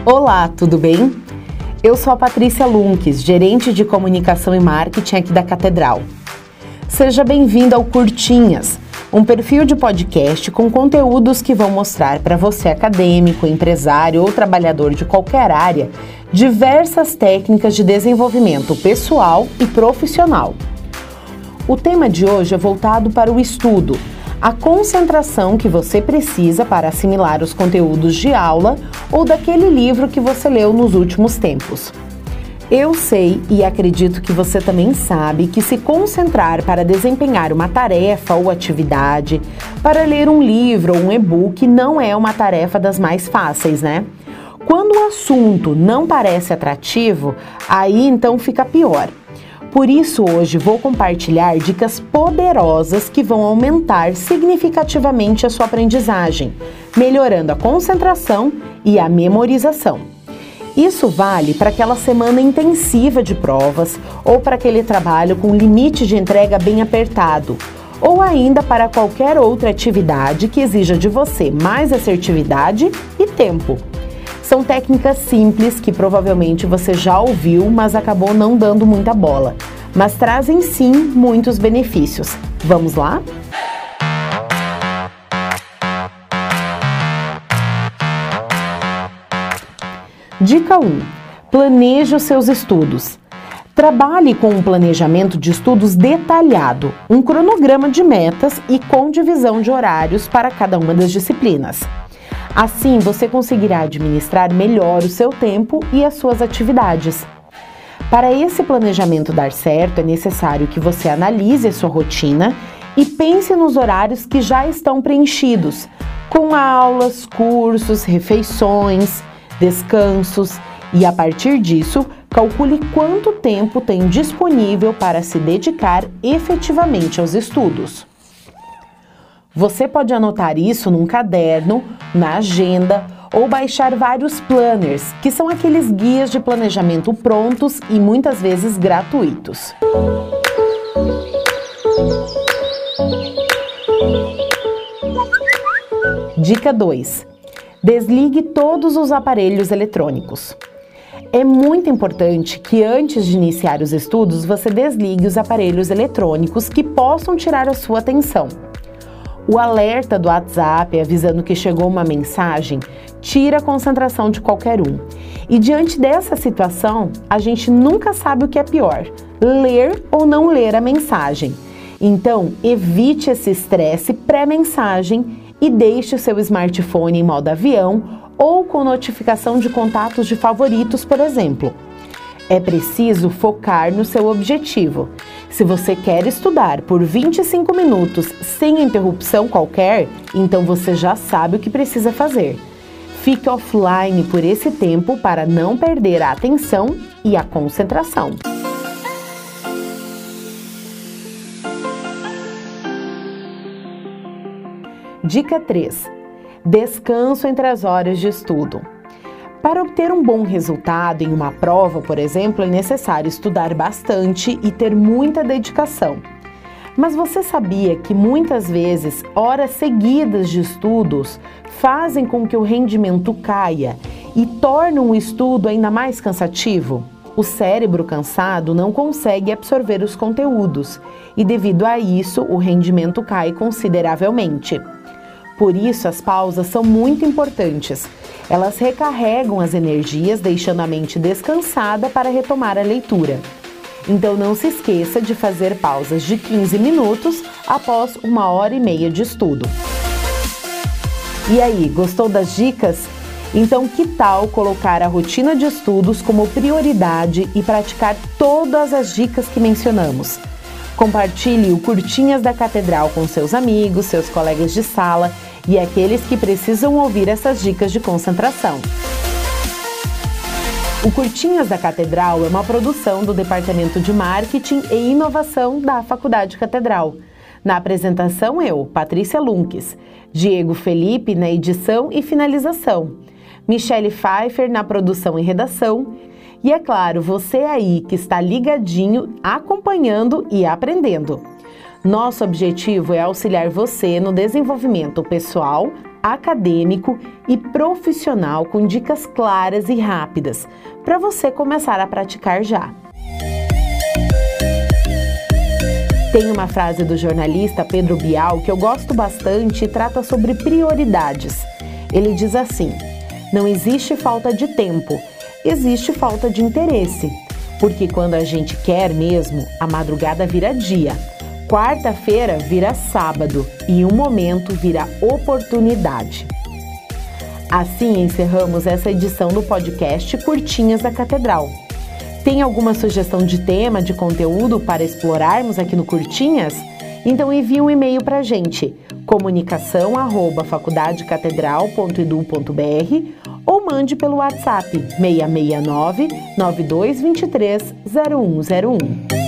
Olá, tudo bem? Eu sou a Patrícia Lunques, gerente de comunicação e marketing aqui da Catedral. Seja bem-vindo ao Curtinhas, um perfil de podcast com conteúdos que vão mostrar para você acadêmico, empresário ou trabalhador de qualquer área diversas técnicas de desenvolvimento pessoal e profissional. O tema de hoje é voltado para o estudo, a concentração que você precisa para assimilar os conteúdos de aula ou daquele livro que você leu nos últimos tempos. Eu sei e acredito que você também sabe que se concentrar para desempenhar uma tarefa ou atividade, para ler um livro ou um e-book, não é uma tarefa das mais fáceis, né? Quando o assunto não parece atrativo, aí então fica pior. Por isso, hoje vou compartilhar dicas poderosas que vão aumentar significativamente a sua aprendizagem, melhorando a concentração e a memorização. Isso vale para aquela semana intensiva de provas ou para aquele trabalho com limite de entrega bem apertado, ou ainda para qualquer outra atividade que exija de você mais assertividade e tempo. São técnicas simples que provavelmente você já ouviu, mas acabou não dando muita bola. Mas trazem sim muitos benefícios. Vamos lá? Dica 1. Planeje os seus estudos. Trabalhe com um planejamento de estudos detalhado, um cronograma de metas e com divisão de horários para cada uma das disciplinas. Assim, você conseguirá administrar melhor o seu tempo e as suas atividades. Para esse planejamento dar certo, é necessário que você analise a sua rotina e pense nos horários que já estão preenchidos, com aulas, cursos, refeições, descansos, e a partir disso, calcule quanto tempo tem disponível para se dedicar efetivamente aos estudos. Você pode anotar isso num caderno, na agenda ou baixar vários planners, que são aqueles guias de planejamento prontos e muitas vezes gratuitos. Dica 2. Desligue todos os aparelhos eletrônicos. É muito importante que antes de iniciar os estudos você desligue os aparelhos eletrônicos que possam tirar a sua atenção. O alerta do WhatsApp avisando que chegou uma mensagem tira a concentração de qualquer um. E diante dessa situação, a gente nunca sabe o que é pior, ler ou não ler a mensagem. Então, evite esse estresse pré-mensagem e deixe o seu smartphone em modo avião ou com notificação de contatos de favoritos, por exemplo. É preciso focar no seu objetivo. Se você quer estudar por 25 minutos sem interrupção qualquer, então você já sabe o que precisa fazer. Fique offline por esse tempo para não perder a atenção e a concentração. Dica 3. Descanso entre as horas de estudo. Para obter um bom resultado em uma prova, por exemplo, é necessário estudar bastante e ter muita dedicação. Mas você sabia que muitas vezes horas seguidas de estudos fazem com que o rendimento caia e tornam o estudo ainda mais cansativo? O cérebro cansado não consegue absorver os conteúdos e, devido a isso, o rendimento cai consideravelmente. Por isso, as pausas são muito importantes. Elas recarregam as energias, deixando a mente descansada para retomar a leitura. Então, não se esqueça de fazer pausas de 15 minutos após 1h30 de estudo. E aí, gostou das dicas? Então, que tal colocar a rotina de estudos como prioridade e praticar todas as dicas que mencionamos? Compartilhe o Curtinhas da Catedral com seus amigos, seus colegas de sala e aqueles que precisam ouvir essas dicas de concentração. O Curtinhas da Catedral é uma produção do Departamento de Marketing e Inovação da Faculdade Catedral. Na apresentação, eu, Patrícia Lunques, Diego Felipe na edição e finalização, Michele Pfeiffer na produção e redação. E é claro, você aí que está ligadinho, acompanhando e aprendendo. Nosso objetivo é auxiliar você no desenvolvimento pessoal, acadêmico e profissional com dicas claras e rápidas para você começar a praticar já. Tem uma frase do jornalista Pedro Bial que eu gosto bastante e trata sobre prioridades. Ele diz assim: não existe falta de tempo, existe falta de interesse. Porque quando a gente quer mesmo, a madrugada vira dia, quarta-feira vira sábado e um momento vira oportunidade. Assim encerramos essa edição do podcast Curtinhas da Catedral. Tem alguma sugestão de tema, de conteúdo para explorarmos aqui no Curtinhas? Então envie um e-mail para a gente, comunicação@faculdadecatedral.edu.br ou mande pelo WhatsApp 669 9223 0101.